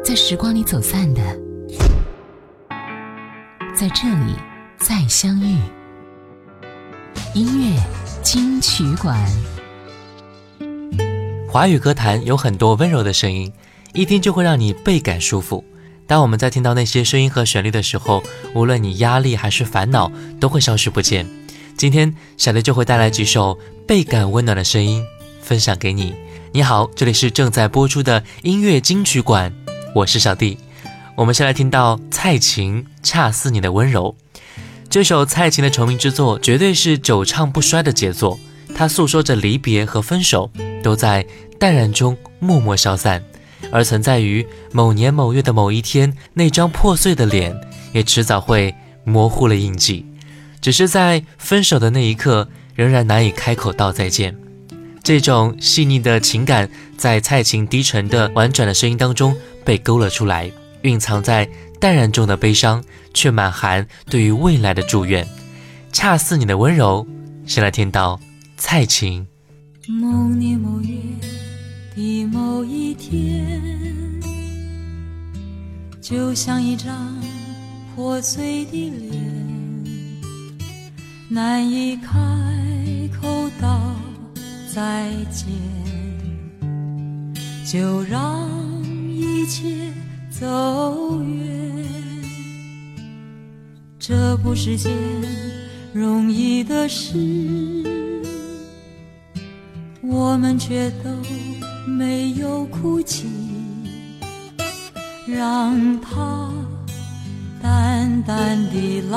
在时光里走散的，在这里再相遇。音乐金曲馆。 华语歌坛有很多温柔的声音，一听就会让你倍感舒服。当我们在听到那些声音和旋律的时候，无论你压力还是烦恼都会消失不见。今天小弟就会带来几首倍感温暖的声音分享给你。你好，这里是正在播出的音乐金曲馆，我是小弟。我们先来听到蔡琴《恰似你的温柔》。这首蔡琴的成名之作绝对是久唱不衰的杰作，它诉说着离别和分手都在淡然中默默消散，而存在于某年某月的某一天，那张破碎的脸也迟早会模糊了印记，只是在分手的那一刻仍然难以开口道再见。这种细腻的情感在蔡琴低沉的婉转的声音当中被勾勒出来，蕴藏在淡然中的悲伤，却满含对于未来的祝愿。恰似你的温柔，先来听到蔡琴。 某年某月的某一天，就像一张破碎的脸，难以开口道再见，就让一切走远。这不是件容易的事，我们却都没有哭泣，让它淡淡地来，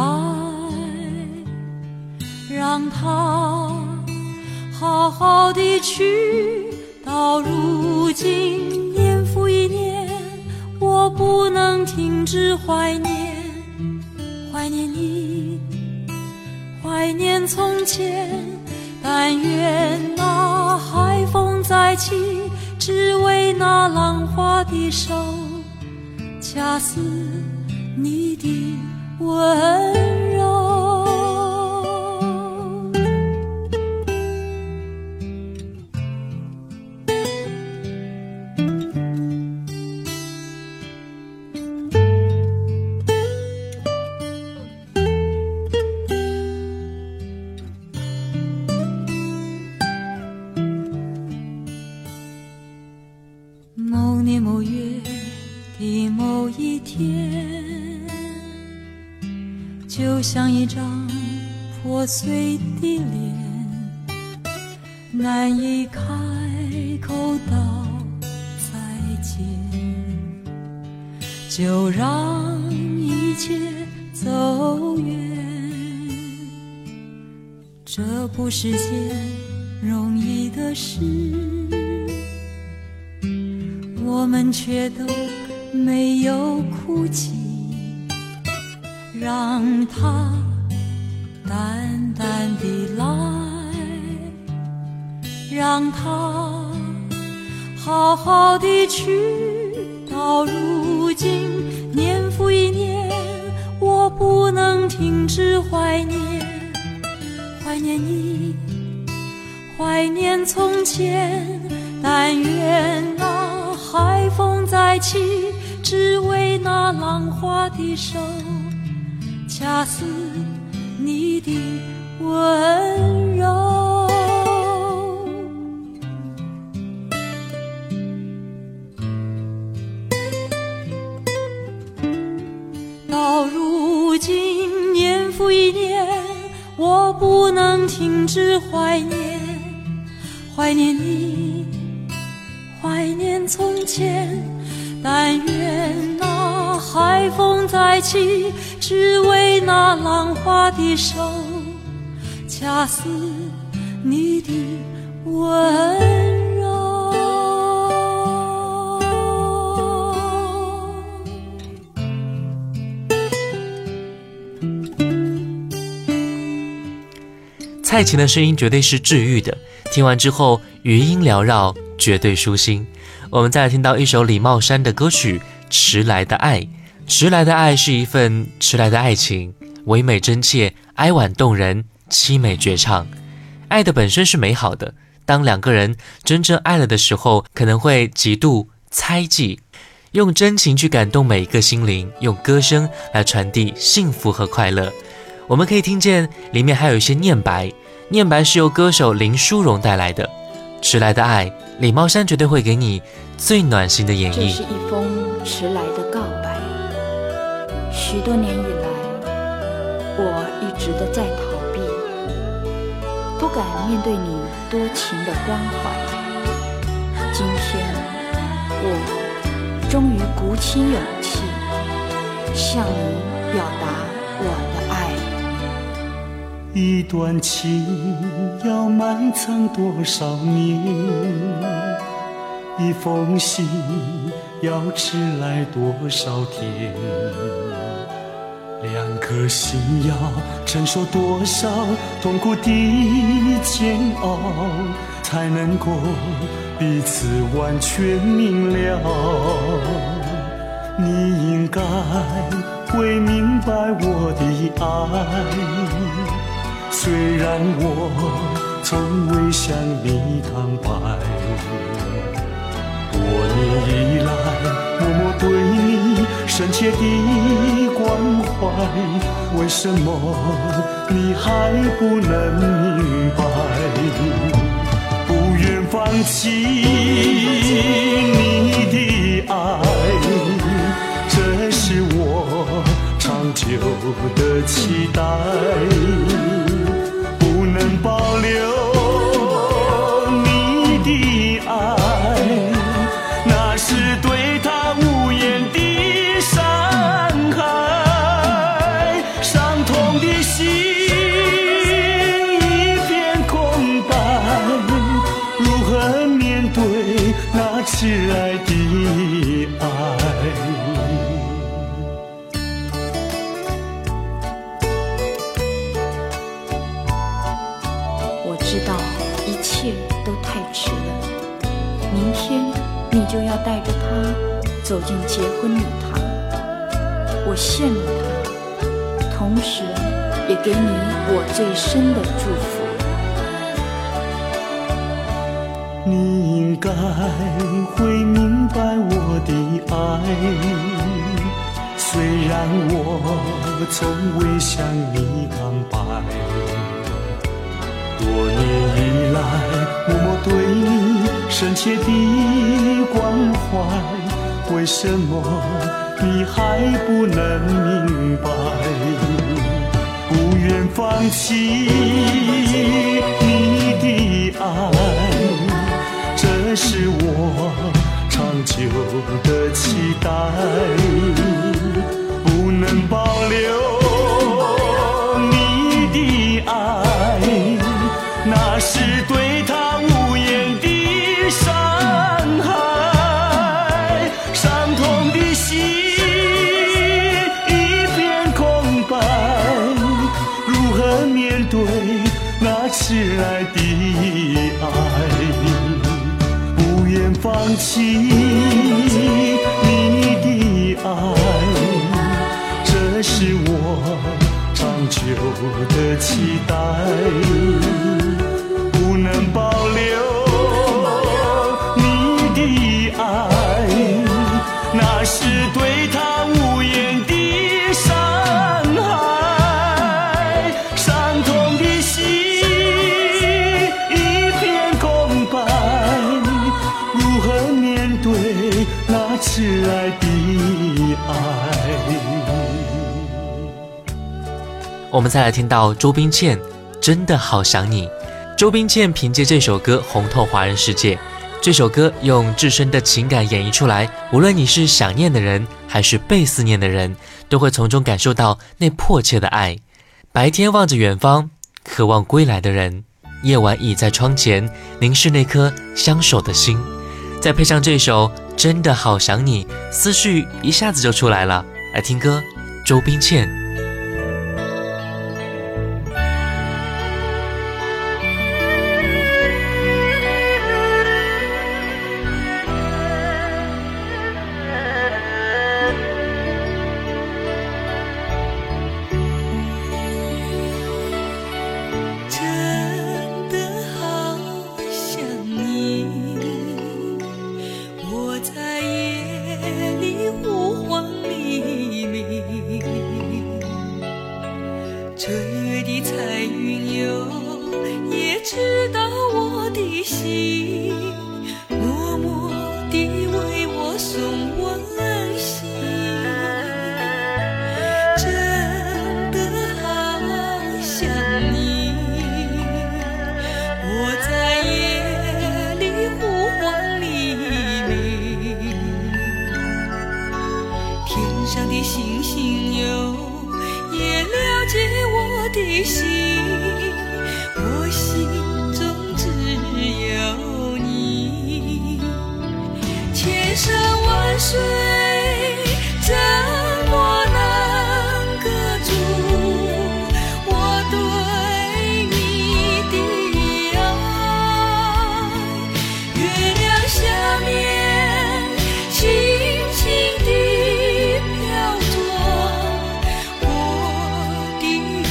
让它好好地去。到如今年复一年，我不能停止怀念，怀念你，怀念从前。但愿那海风再起，只为那浪花的手，恰似你的温柔。某年某月的某一天，就像一张破碎的脸，难以开口道再见，就让一切走远。这不是件容易的事，我们却都没有哭泣，让它淡淡地来，让它好好地去。到如今年复一年，我不能停止怀念，怀念你，怀念从前。但愿那海风再起，只为那浪花的手，恰似你的温柔。到如今年复一年，我不能停止怀念，怀念你，怀念从前。但愿那海风再起，只为那浪花的手，恰似你的温柔。 蔡琴的声音绝对是治愈的，听完之后余音缭绕，绝对舒心。我们再来听到一首李茂山的歌曲《迟来的爱》。迟来的爱是一份迟来的爱情，唯美真切，哀婉动人，凄美绝唱。爱的本身是美好的，当两个人真正爱了的时候，可能会极度猜忌。 用真情去感动每一个心灵，用歌声来传递幸福和快乐。我们可以听见里面还有一些念白，念白是由歌手林淑荣带来的。迟来的爱，李茂山绝对会给你最暖心的演绎。 这是一封迟来的告白，许多年以来，我一直的在逃避，不敢面对你多情的关怀。今天，我终于鼓起勇气，向你表达我的爱。 一段情要埋藏多少年，一封信要迟来多少天，两颗心要承受多少痛苦的煎熬，才能够彼此完全明了。你应该会明白我的爱，虽然我从未向你坦白，多年以来默默对你深切的关怀，为什么你还不能明白？不愿放弃你的爱，这是我长久的期待，不能保留你的爱，那是对他无言的伤害，伤痛的心一片空白，如何面对那迟来的爱？ 都太迟了，明天你就要带着他走进结婚礼堂，我羡慕他，同时也给你我最深的祝福。 你应该会明白我的爱，虽然我从未向你坦白，多年以来默默对你深切的关怀，为什么你还不能明白？不愿放弃你的爱，这是我长久的期待，不能保留你的爱，那是对他无言的伤害，伤痛的心一片空白，如何面对那迟来的爱？不愿放弃你的爱，这是我长久的期待，不能保留你的爱，那是对他无言的伤害，伤痛的心一片空白，如何面对那迟来的爱？ 我们再来听到周冰倩，真的好想你。周冰倩凭借这首歌红透华人世界，这首歌用自身的情感演绎出来，无论你是想念的人还是被思念的人，都会从中感受到那迫切的爱。白天望着远方，渴望归来的人，夜晚倚在窗前，凝视那颗相守的心。再配上这首真的好想你，思绪一下子就出来了。来听歌，周冰倩。 在夜里星星有，也了解我的心，我心中只有你。千山万水怎么能隔住我对你的爱？月亮下面轻轻地飘着我的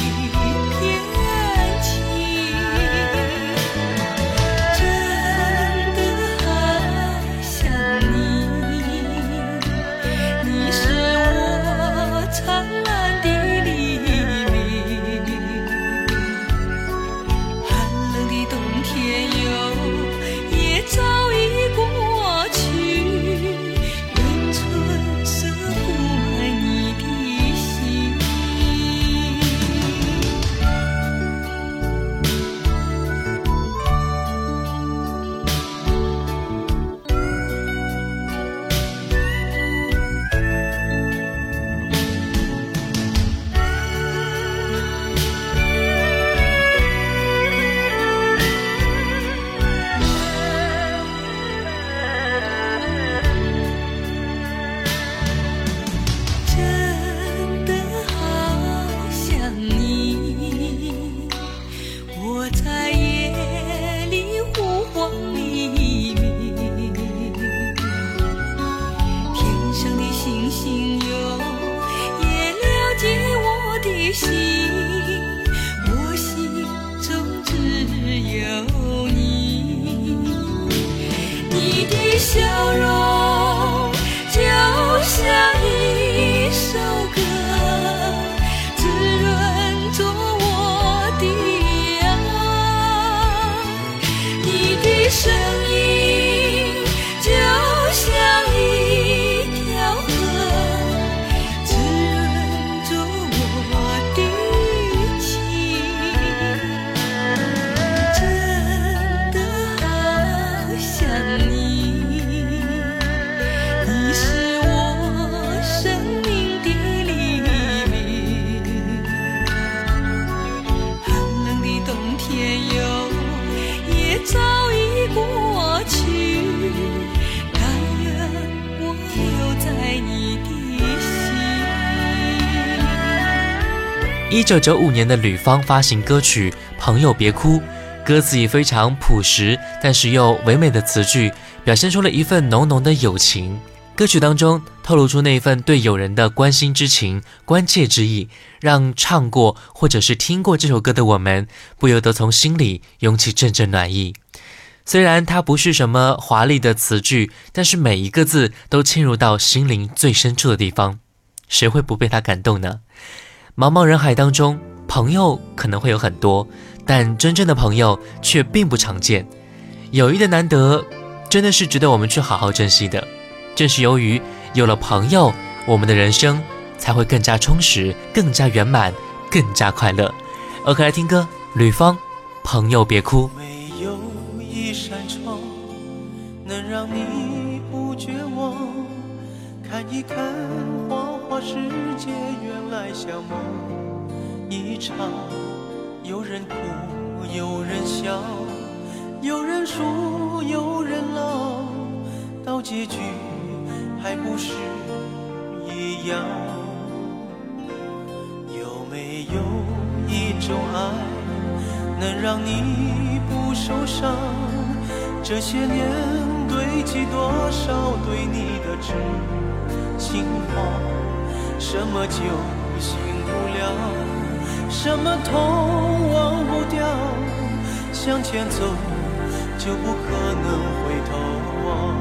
片情，真的好想你，你是我灿烂的黎明。寒冷的冬天也早已过去，愿春色布满你的心。真的好想你，我在夜里呼唤黎明。天上的星星有，也了解我的心，我心中只有你。你的笑容就像一首歌，滋润着我的爱。你的声音就像一条河，滋润着我的情。真的好想你，你是我生命的黎明。寒冷的冬天也早已过去，但愿我留在你的心。 1995年的吕方发行歌曲《朋友别哭》，歌词以非常朴实但是又唯美的词句，表现出了一份浓浓的友情。歌曲当中透露出那一份对友人的关心之情、关切之意，让唱过或者是听过这首歌的我们，不由得从心里涌起阵阵暖意。虽然它不是什么华丽的词句，但是每一个字都嵌入到心灵最深处的地方，谁会不被它感动呢？茫茫人海当中，朋友可能会有很多，但真正的朋友却并不常见。友谊的难得，真的是值得我们去好好珍惜的。正是由于有了朋友，我们的人生才会更加充实、更加圆满、更加快乐。OK， 来听歌，吕方，朋友别哭。 没有一扇窗能让你不绝望，看一看花花世界，原来像梦一场。有人哭，有人笑，有人输，有人老，到结局还不是一样。有没有一种爱能让你不受伤？这些年堆积多少对你的知心话？什么酒醒不了，什么痛忘不掉，向前走就不可能回头望。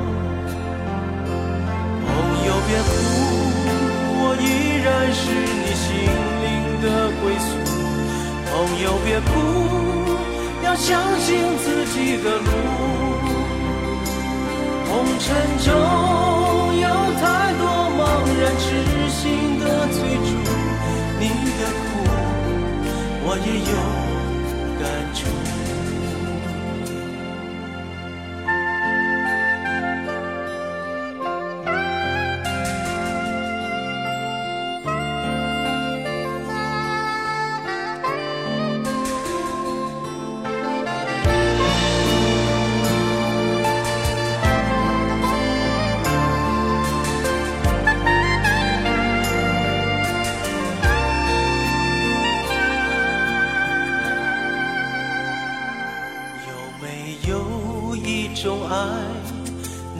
朋友别哭，我依然是你心灵的归宿。朋友别哭，要相信自己的路。红尘中有太多茫然痴心的追逐，你的苦我也有感触。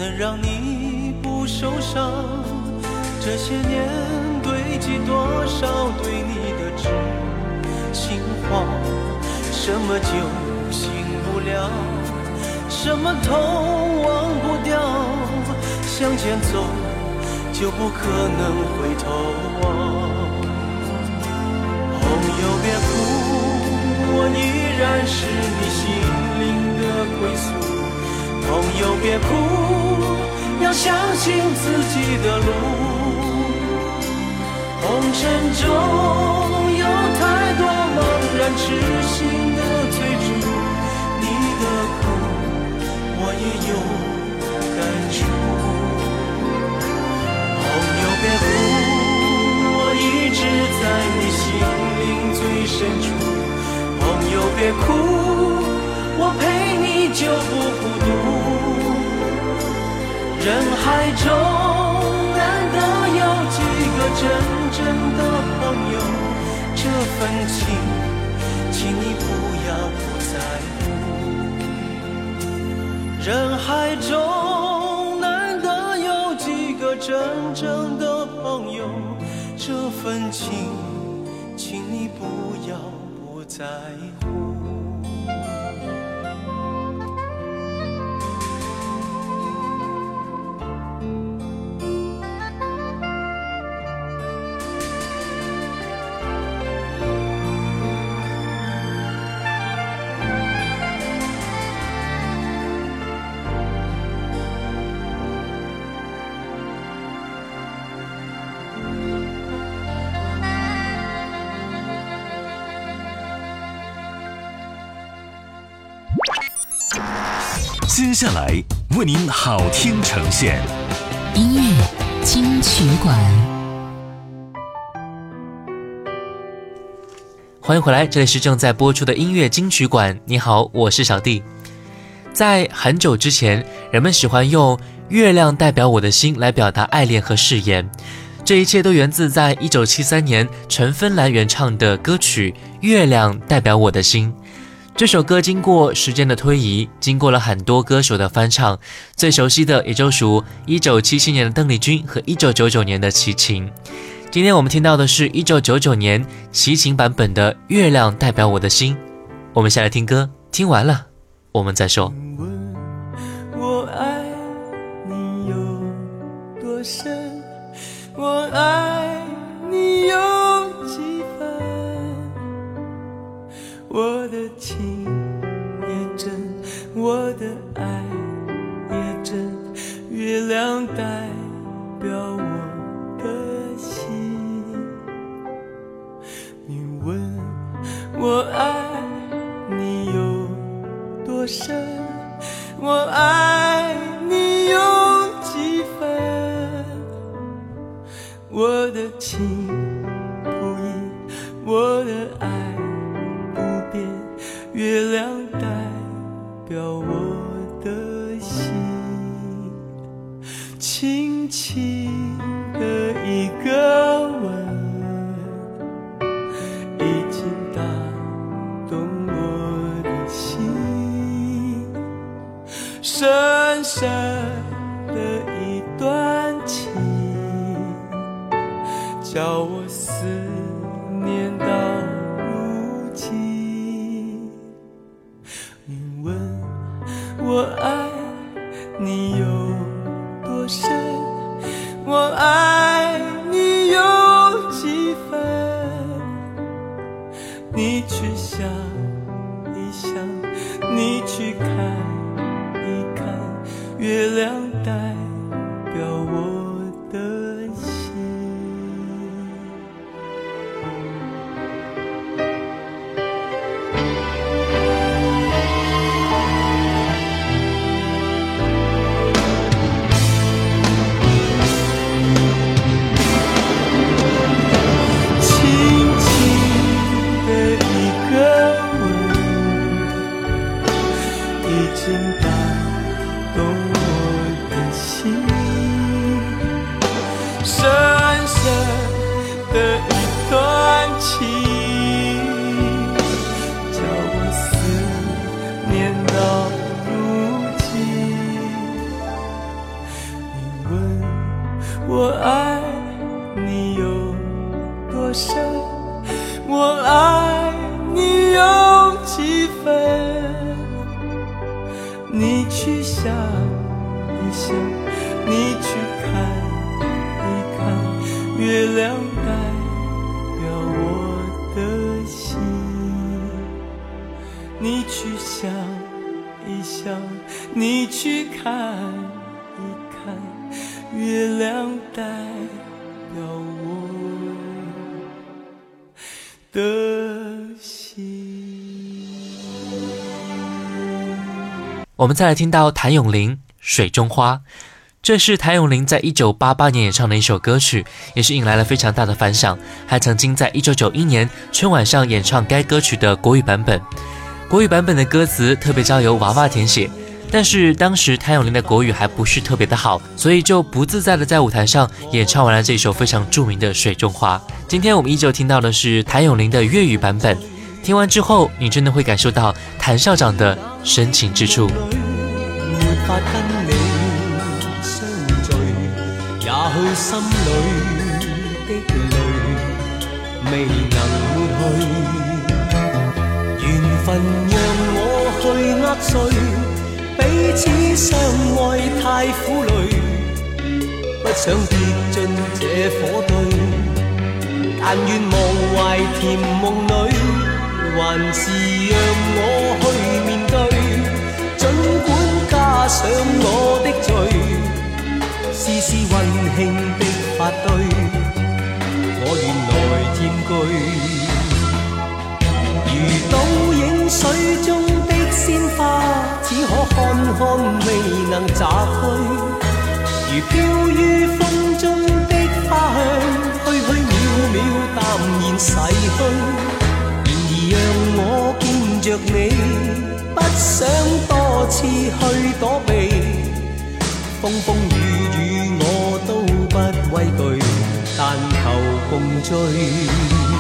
能让你不受伤？这些年堆积多少对你的知心话？什么就醒不了，什么痛忘不掉，向前走就不可能回头望。朋友别哭，我依然是你心灵的归宿。朋友别哭，要相信自己的路。红尘中有太多茫然痴心的追逐，你的苦我也有感触。朋友别哭，我一直在你心灵最深处。朋友别哭，我陪你就不孤独。人海中难得有几个真正的朋友，这份情请你不要不在乎。人海中难得有几个真正的朋友，这份情请你不要不在乎。 接下来为您好听呈现音乐金曲馆。 欢迎回来，这里是正在播出的音乐金曲馆。你好，我是小弟。在很久之前，人们喜欢用月亮代表我的心来表达爱恋和誓言，这一切都源自在1973年陈芬兰原唱的歌曲《月亮代表我的心》。这首歌经过时间的推移，经过了很多歌手的翻唱，最熟悉的也就属1977年的邓丽君和1999年的齐秦。今天我们听到的是1999年齐秦版本的《月亮代表我的心》。我们先来听歌，听完了我们再说。 我爱你有多深，我爱你有几分，我的情也真，我的爱也真，月亮代表我的心。你问我爱你有多深，我爱你有几分，我的情不移，我的爱月亮代表我的心，轻轻的一个吻，已经打动我的心，深深的一段情，叫我思念到如今。我爱你有多深，我爱你有几分，你去想一想，你去看一看，月亮代表我的心。 我爱你有多深，我爱你有几分，你去想一想，你去看一看，月亮代表我的心，你去想一想，你去看一看，月亮代表我的心。 我们再来听到谭咏麟《水中花》，这是谭咏麟在1988年演唱的一首歌曲，也是引来了非常大的反响，还曾经在1991年春晚上演唱该歌曲的国语版本。国语版本的歌词特别交由娃娃填写，但是当时谭咏麟的国语还不是特别的好，所以就不自在的在舞台上演唱完了这首非常著名的《水中花》。今天我们依旧听到的是谭咏麟的粤语版本，听完之后你真的会感受到谭校长的深情之处。 没法跟你相聚，也許心裏的淚未能抹去，緣分讓我去握碎，彼此相愛太苦累，不想跌進這火堆，但願無懷甜夢裏，還是讓我去面對，儘管加上我的罪，絲絲溫馨的發堆，我願來佔據。如倒影水中的鮮花，只可看看未能摘去，如飄於風中的花香，虛虛渺渺淡然逝去。然而讓我見着你，不想多次去躲避，風風雨雨我都不畏懼，但求共醉。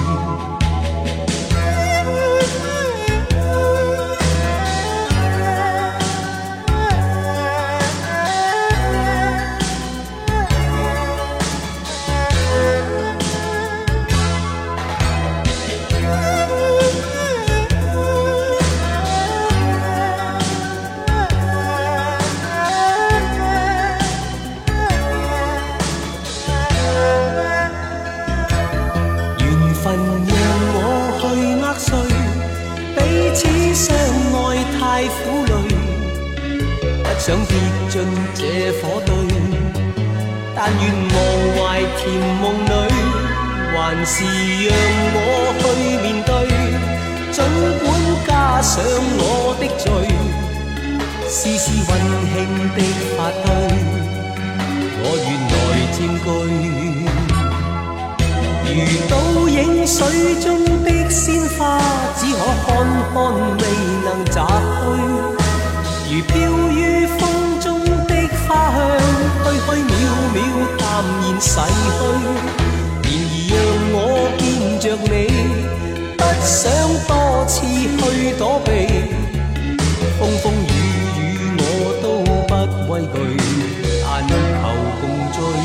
想跌進這火堆，但願無懷甜夢裏，還是讓我去面對。儘管加上我的罪，絲絲溫馨的發堆，我願來佔據。如倒影水中的鮮花，只可看看未能摘去。如飄於風中的花香，虛虛渺渺淡然逝去。然而讓我見着你，不想多次去躲避，風風雨雨我都不畏懼，但求共醉。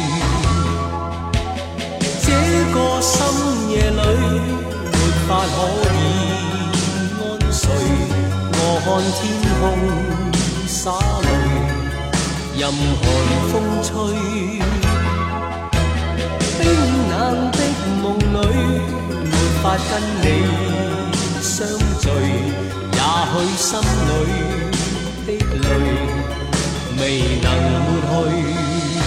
這個深夜裏，沒法可以安睡，我看天空灑淚，任寒風吹，冰冷的夢裏，沒法跟你相聚，也許心裏的淚未能抹去。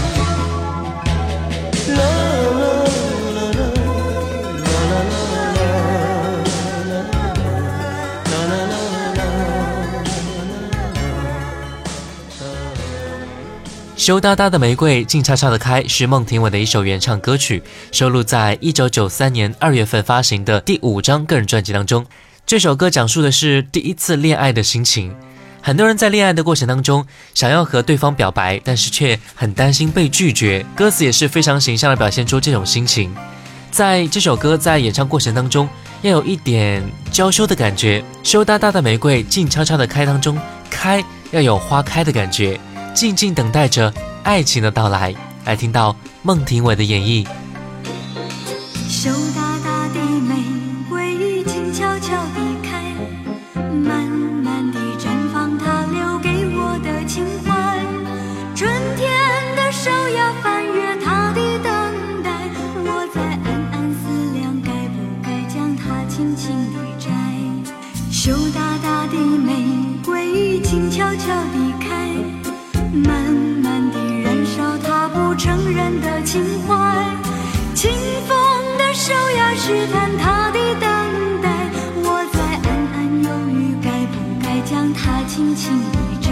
羞答答的玫瑰，静悄悄的开，是孟庭苇的一首原唱歌曲，收录在1993年2月份发行的第5张个人专辑当中。这首歌讲述的是第一次恋爱的心情。很多人在恋爱的过程当中，想要和对方表白，但是却很担心被拒绝。歌词也是非常形象的表现出这种心情。在这首歌在演唱过程当中，要有一点娇羞的感觉。羞答答的玫瑰，静悄悄的开当中，开要有花开的感觉。静静等待着爱情的到来。 来听到孟庭苇的演绎。 羞答答的玫瑰静悄悄地开，慢慢地绽放它留给我的情怀。春天的手要翻越它的等待，我在暗暗思量该不该将它轻轻地摘。羞答答的玫瑰静悄悄地开，慢慢地燃烧它不承认的情怀。清风的手要试探它的等待，我在暗暗犹豫该不该将它轻轻地摘。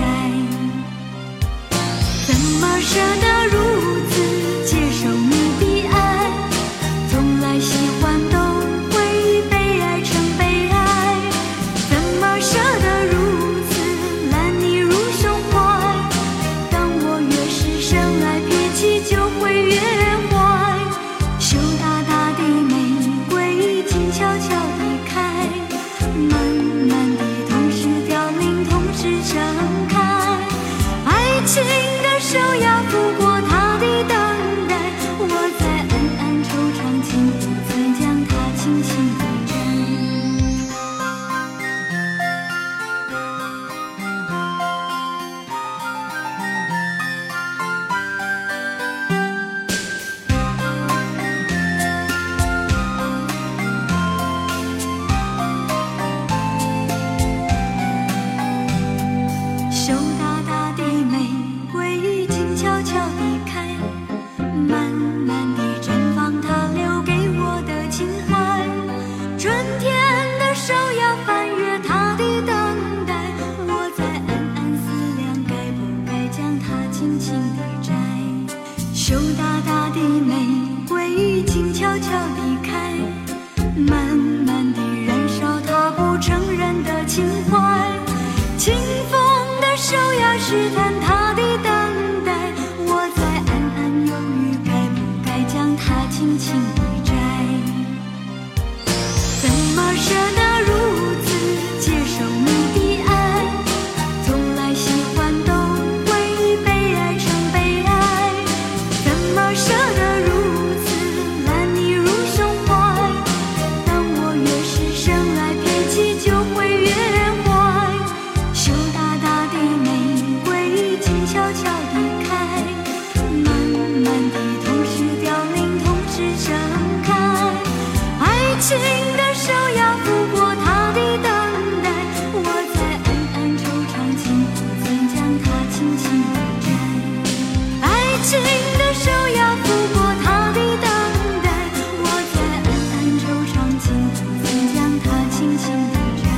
怎么舍得如此接受你的爱，从来喜欢都会被爱成悲哀。怎么舍得如此揽你入胸怀，当我越是深爱脾气就会越坏。羞答答的玫瑰静悄悄地开，慢慢地同时凋零同时盛开。爱情的手要拂过它的等待，我在暗暗惆怅，竟不曾将它轻轻地摘。羞答答的玫瑰静悄悄地开，慢慢地绽放它留给我的情怀。春天的手要翻越它的等待，我在暗暗思量该不该将它轻轻地摘。羞答答的玫瑰静悄悄地开，慢慢地燃烧它不承认的情怀。清风的手要试探它的等待，我在暗暗犹豫该不该将它轻轻地摘。怎么舍得如此接受你的爱，从来喜欢都会被爱成悲哀。怎么舍得如此揽你入胸怀，当我越是深爱脾气就会越坏。羞答答的玫瑰静悄悄地开，慢慢地同时凋零同时盛开。爱情的手要拂过它的等待，我在暗暗惆怅，竟不曾将它轻轻地摘。爱情的手要拂过它的等待，我在暗暗惆怅，竟不曾将它轻轻地摘。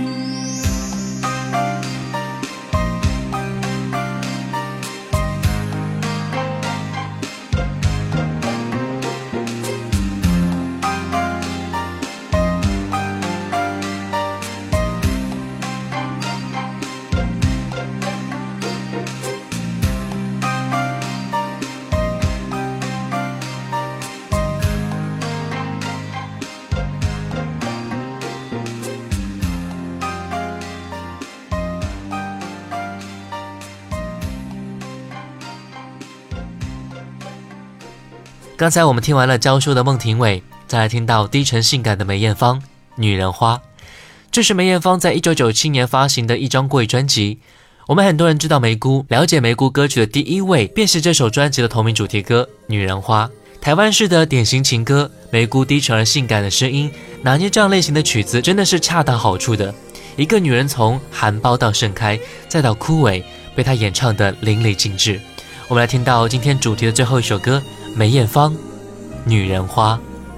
刚才我们听完了娇羞的孟庭苇，再来听到低沉性感的梅艳芳《女人花》。这是梅艳芳在1997年发行的一张国语专辑。我们很多人知道梅姑，了解梅姑歌曲的第一位便是这首专辑的同名主题歌《女人花》。台湾式的典型情歌，梅姑低沉而性感的声音，拿捏这样类型的曲子真的是恰到好处的。一个女人从含苞到盛开，再到枯萎，被她演唱的淋漓尽致。我们来听到今天主题的最后一首歌，梅艳芳《女人花》。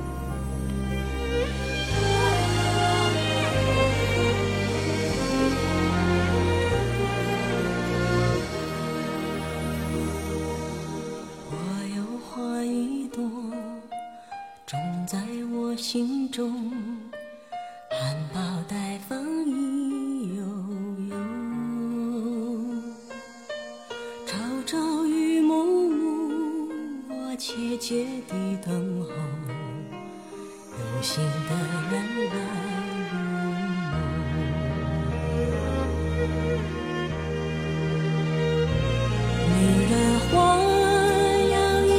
我有花一朵，种在我心中，含苞待放意悠悠，朝朝与暮暮，我切切地等候，有心的人来入梦。女人花摇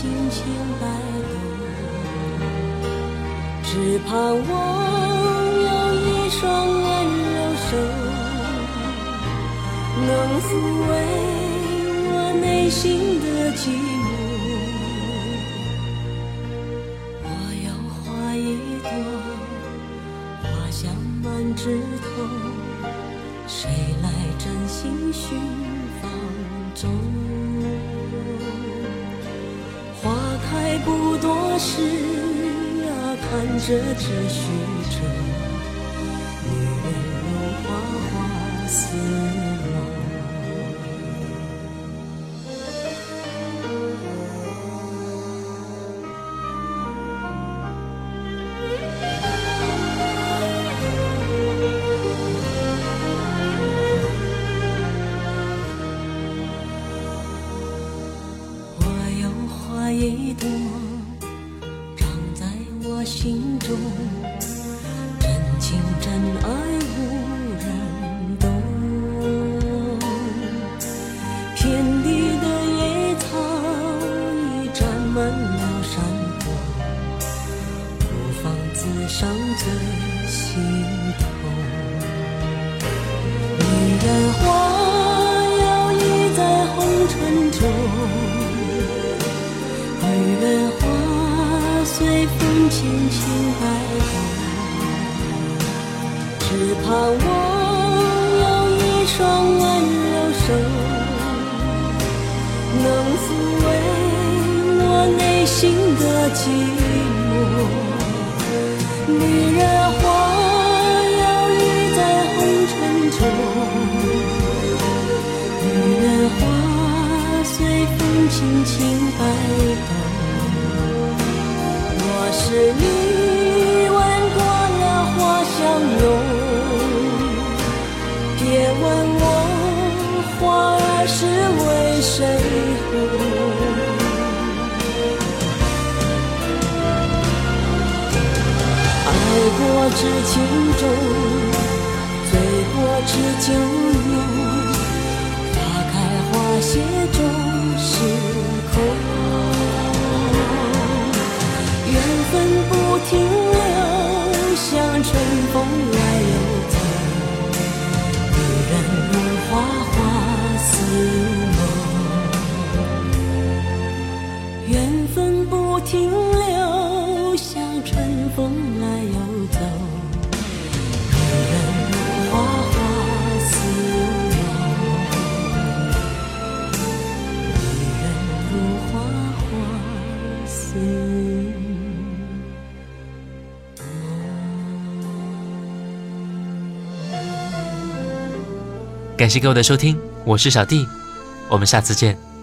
轻轻摆动，只盼望有一双温柔手能抚慰我内心的寂寞。我要画一朵花香满枝头，谁来真心寻芳踪？花开不多时啊，看着只虚着，女人如花花似梦。一朵长在我心中，真情真爱无人懂。遍地的野草已占满了山坡，不妨自伤最心痛。女人花摇曳在红尘中，女人花随风轻轻摆动，只盼望有一双温柔手能抚慰我内心的寂寞。女人花摇曳在红尘中，女人花随风轻轻摆动。若是你闻过了花香浓，别问我花儿是为谁红。爱过知情重，醉过知酒浓，花开花谢终是空。缘分不停留，像春风来又走，女人如花花似梦。缘分不停留，像春风来又走，女人如花花似梦，女人如花花似梦。 感谢各位的收听，我是小弟，我们下次见。